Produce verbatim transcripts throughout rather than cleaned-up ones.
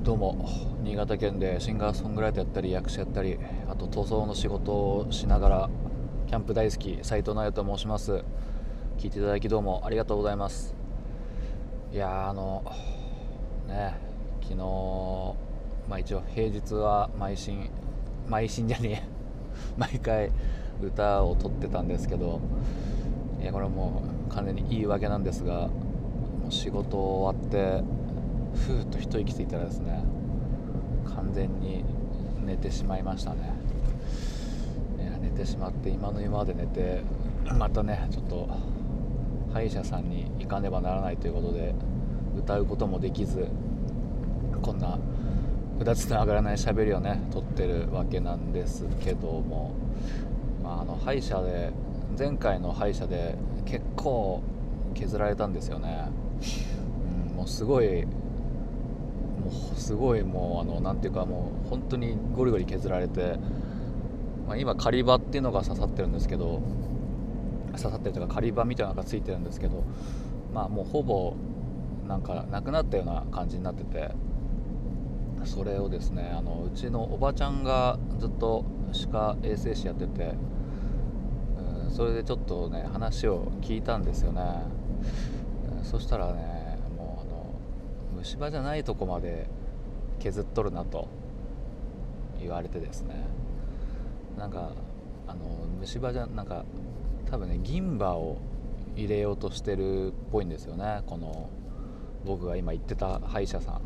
どうも、新潟県でシンガーソングライターやったり役者やったり、あと塗装の仕事をしながらキャンプ大好き斉藤直也と申します。聞いていただきどうもありがとうございます。いやーあのね昨日、まあ一応平日は毎週毎週じゃねえ毎回歌を撮ってたんですけど、いやこれはもう完全に言い訳なんですが、もう仕事終わってふーっと一息ついたらですね、完全に寝てしまいましたね。いや寝てしまって、今の今まで寝て、またねちょっと歯医者さんに行かねばならないということで歌うこともできず、こんなうだつの上がらない喋りをね撮ってるわけなんですけども、まあ、あの歯医者で前回の歯医者で結構削られたんですよね。うん、もうすごいもうすごいもうあのなんていうか、もう本当にゴリゴリ削られて、まあ、今狩り場っていうのが刺さってるんですけど、刺さってるというか狩り場みたいなのがついてるんですけど、まあもうほぼなんかなくなったような感じになってて、それをですね、あのうちのおばちゃんがずっと歯科衛生士やってて、うん、それでちょっとね話を聞いたんですよね。うん、そしたらね、もうあの虫歯じゃないとこまで削っとるなと言われてですね、なんかあの虫歯じゃなんか多分ね銀歯を入れようとしてるっぽいんですよね、この僕が今言ってた歯医者さん。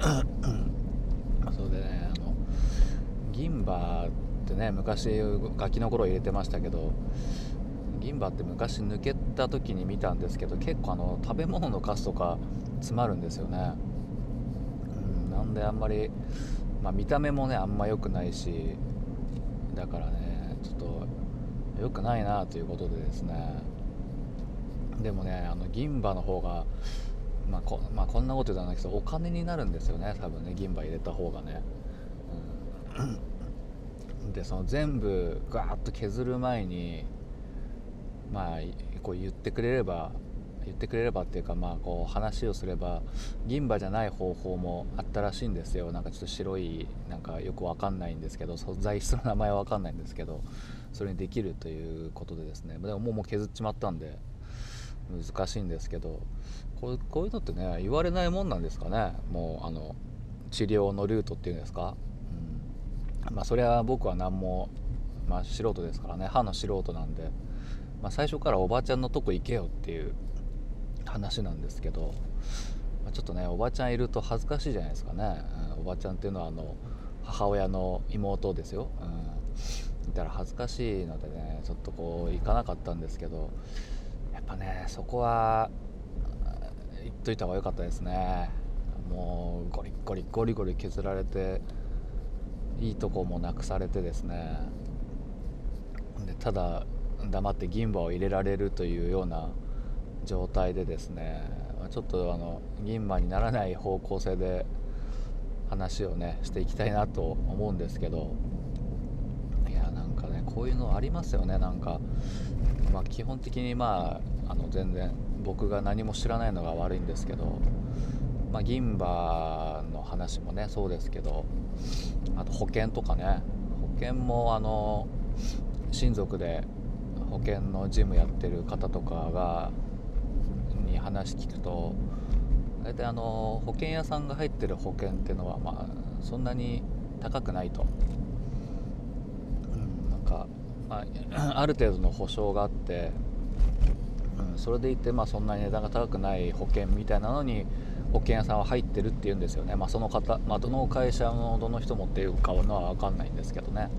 それでね、あの銀歯ってね昔ガキの頃入れてましたけど、銀歯って昔抜けた時に見たんですけど、結構あの食べ物のカスとか詰まるんですよね。うん、なんであんまり、まあ、見た目もねあんま良くないし、だからねちょっと良くないなということでですね、でもねあの銀歯の方が、まあこまあ、こんなこと言うとなんだけどお金になるんですよね、多分ね銀歯入れた方がね。うん、でその全部ガーッと削る前に、まあこう言ってくれれば言ってくれればっていうか、まあこう話をすれば銀歯じゃない方法もあったらしいんですよ。なんかちょっと白い、なんかよくわかんないんですけど、素材質の名前はわかんないんですけど、それにできるということでですね、でももうもう削っちまったんで難しいんですけど、こうこういうのってね言われないもんなんですかね。もうあの治療のルートっていうんですか。うん、まあそれは僕は何も、まあ、素人ですからね、歯の素人なんで、まあ、最初からおばちゃんのとこ行けよっていう話なんですけど、まあ、ちょっとねおばちゃんいると恥ずかしいじゃないですかね。うん、おばちゃんっていうのはあの母親の妹ですよ。うん、いたら恥ずかしいのでね、ちょっとこう行かなかったんですけど、やっぱねそこは言っといた方が良かったですね。もうゴリゴリゴリゴリ削られて、いいとこもなくされてですね、でただ黙って銀歯を入れられるというような状態でですね、ちょっとあの銀歯にならない方向性で話をねしていきたいなと思うんですけど、いやなんかねこういうのありますよね。なんか、まあ、基本的にまああの全然僕が何も知らないのが悪いんですけど、まあ、銀歯の話もねそうですけど、あと保険とかね、保険もあの親族で保険の事務やってる方とかがに話聞くと、大体あの保険屋さんが入ってる保険っていうのはまあそんなに高くないと、うん、なんか、まあ、ある程度の保証があって、うん、それでいてまあそんなに値段が高くない保険みたいなのに保険屋さんは入ってるっていうんですよね。まあその方、まあ、どの会社のどの人もっていうかのは分かんないんですけどね。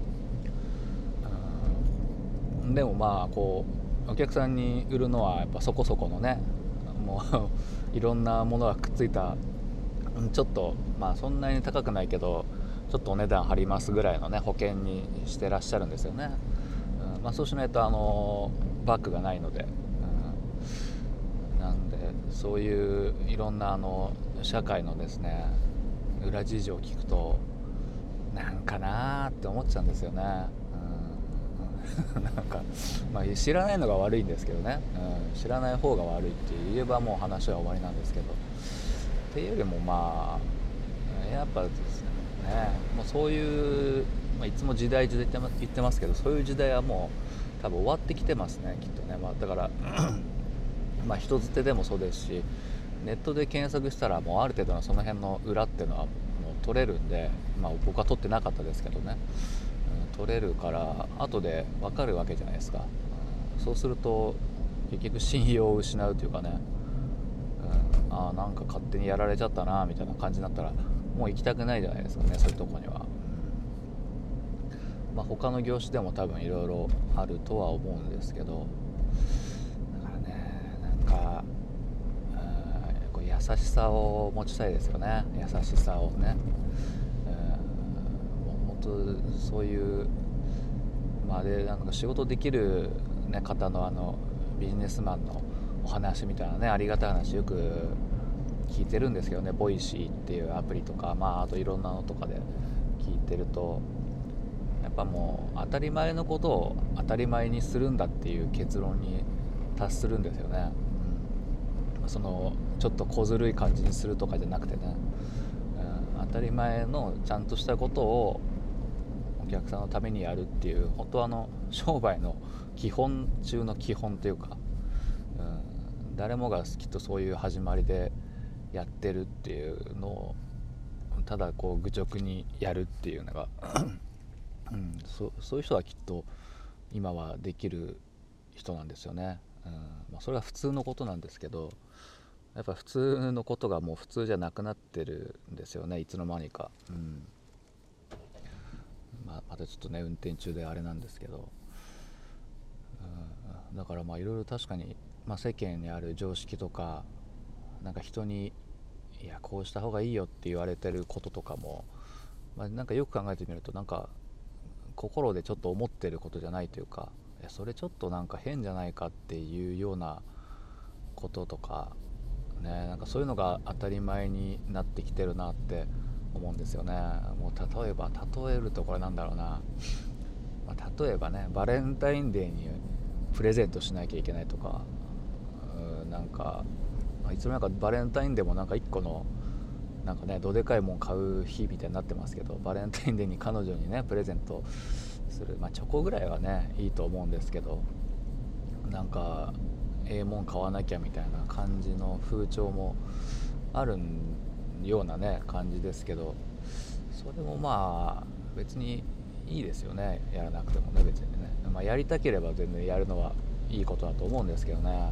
うん、でもまあこうお客さんに売るのはやっぱそこそこのね、もういろんなものがくっついた、ちょっとまあそんなに高くないけどちょっとお値段張りますぐらいのね保険にしてらっしゃるんですよね。うん、まあ、そうしないとあのバッグがないので、うん、なんでそういういろんなあの社会のですね裏事情を聞くとなんかなーって思っちゃうんですよね。うん、なんか、まあ、知らないのが悪いんですけどね、うん、知らない方が悪いって言えばもう話は終わりなんですけど、っていうよりもまあやっぱですね、もうそういう、まあ、いつも時代時代言ってま言ってますけど、そういう時代はもう多分終わってきてますね、きっとね。まあ、だからまあ人づてでもそうですし、ネットで検索したらもうある程度のその辺の裏っていうのはもう取れるんで、まあ、僕は取ってなかったですけどね、うん、取れるから後で分かるわけじゃないですか、うん、そうすると結局信用を失うというかね、うん、ああなんか勝手にやられちゃったなみたいな感じになったらもう行きたくないじゃないですかね、そういうとこには。まあ、他の業種でも多分いろいろあるとは思うんですけど、だからね、なんか、うん、こう優しさを持ちたいですよね、優しさをね、うん、もう本当そういう、まあ、でなんか仕事できる、ね、方のあのビジネスマンのお話みたいなね、ありがたい話よく聞いてるんですけどね、ボイシーっていうアプリとか、まあ、あといろんなのとかで聞いてると、やっぱもう当たり前のことを当たり前にするんだっていう結論に達するんですよね、うん、そのちょっと小ずるい感じにするとかじゃなくてね、うん、当たり前のちゃんとしたことをお客さんのためにやるっていう、本当はあの商売の基本中の基本というか、うん、誰もがきっとそういう始まりでやってるっていうのをただこう愚直にやるっていうのがうん、そ, そういう人はきっと今はできる人なんですよね、うんまあ、それは普通のことなんですけど、やっぱ普通のことがもう普通じゃなくなってるんですよね、いつの間にか、うんまあ、またちょっとね運転中であれなんですけど、うん、だからまあいろいろ確かに、まあ、世間にある常識とか、なんか人にいやこうした方がいいよって言われてることとかも、まあ、なんかよく考えてみるとなんか心でちょっと思ってることじゃないというか、いやそれちょっとなんか変じゃないかっていうようなこととかね、なんかそういうのが当たり前になってきてるなって思うんですよね。もう例えば例えるとこれなんだろうな、まあ、例えばねバレンタインデーにプレゼントしなきゃいけないとか、うんなんかいつもなんかバレンタインデーもなんか一個のなんかねどでかいもん買う日みたいになってますけど、バレンタインデーに彼女にねプレゼントする、まあチョコぐらいはねいいと思うんですけど、なんかええもん買わなきゃみたいな感じの風潮もあるようなね感じですけど、それもまあ別にいいですよね、やらなくてもね別にね、まあ、やりたければ全然やるのはいいことだと思うんですけどね、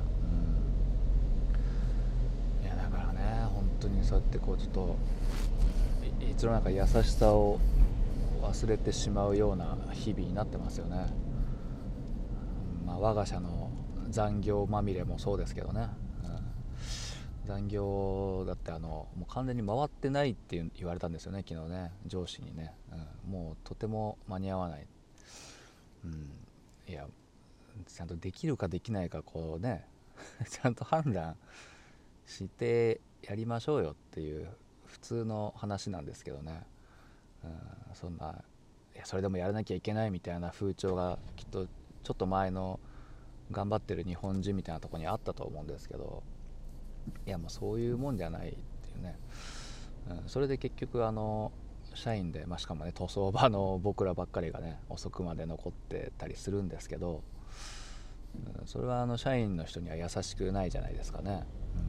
うん、いやだからね本当にそうやってこうちょっといいつの間にか優しさを忘れてしまうような日々になってますよね、まあ、我が社の残業まみれもそうですけどね、うん、残業だってあのもう完全に回ってないって言われたんですよね昨日ね、上司にね、うん、もうとても間に合わない、うん、いやちゃんとできるかできないかこうねちゃんと判断してやりましょうよっていう普通の話なんですけどね、うん、そんないやそれでもやらなきゃいけないみたいな風潮がきっとちょっと前の頑張ってる日本人みたいなところにあったと思うんですけど、いやもうそういうもんじゃないっていうね、うん、それで結局あの社員で、まあ、しかもね塗装場の僕らばっかりがね遅くまで残ってたりするんですけど、うん、それはあの社員の人には優しくないじゃないですかね、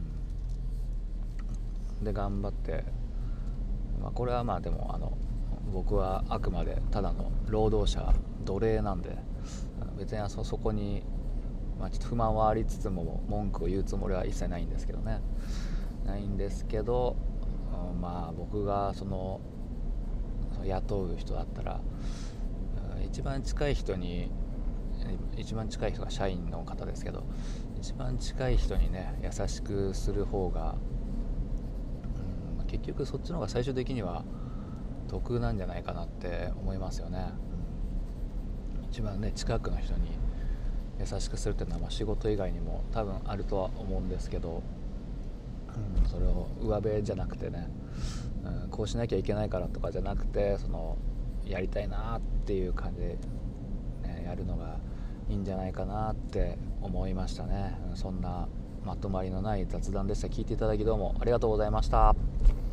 うん、で頑張って、まあ、これはまあでもあの僕はあくまでただの労働者奴隷なんで、別に そ, そこに、まあ、ちょっと不満はありつつも文句を言うつもりは一切ないんですけどねないんですけど、うん、まあ僕がその雇う人だったら、うん、一番近い人に一番近い人が社員の方ですけど、一番近い人にね優しくする方が、うん、結局そっちの方が最終的には得なんじゃないかなって思いますよね、うん、一番ね近くの人に優しくするっていうのはまあ仕事以外にも多分あるとは思うんですけど、うん、それを上辺じゃなくてね、うん、こうしなきゃいけないからとかじゃなくて、そのやりたいなっていう感じで、ね、やるのがいいんじゃないかなって思いましたね、うん、そんなまとまりのない雑談でした。聞いていただきどうもありがとうございました。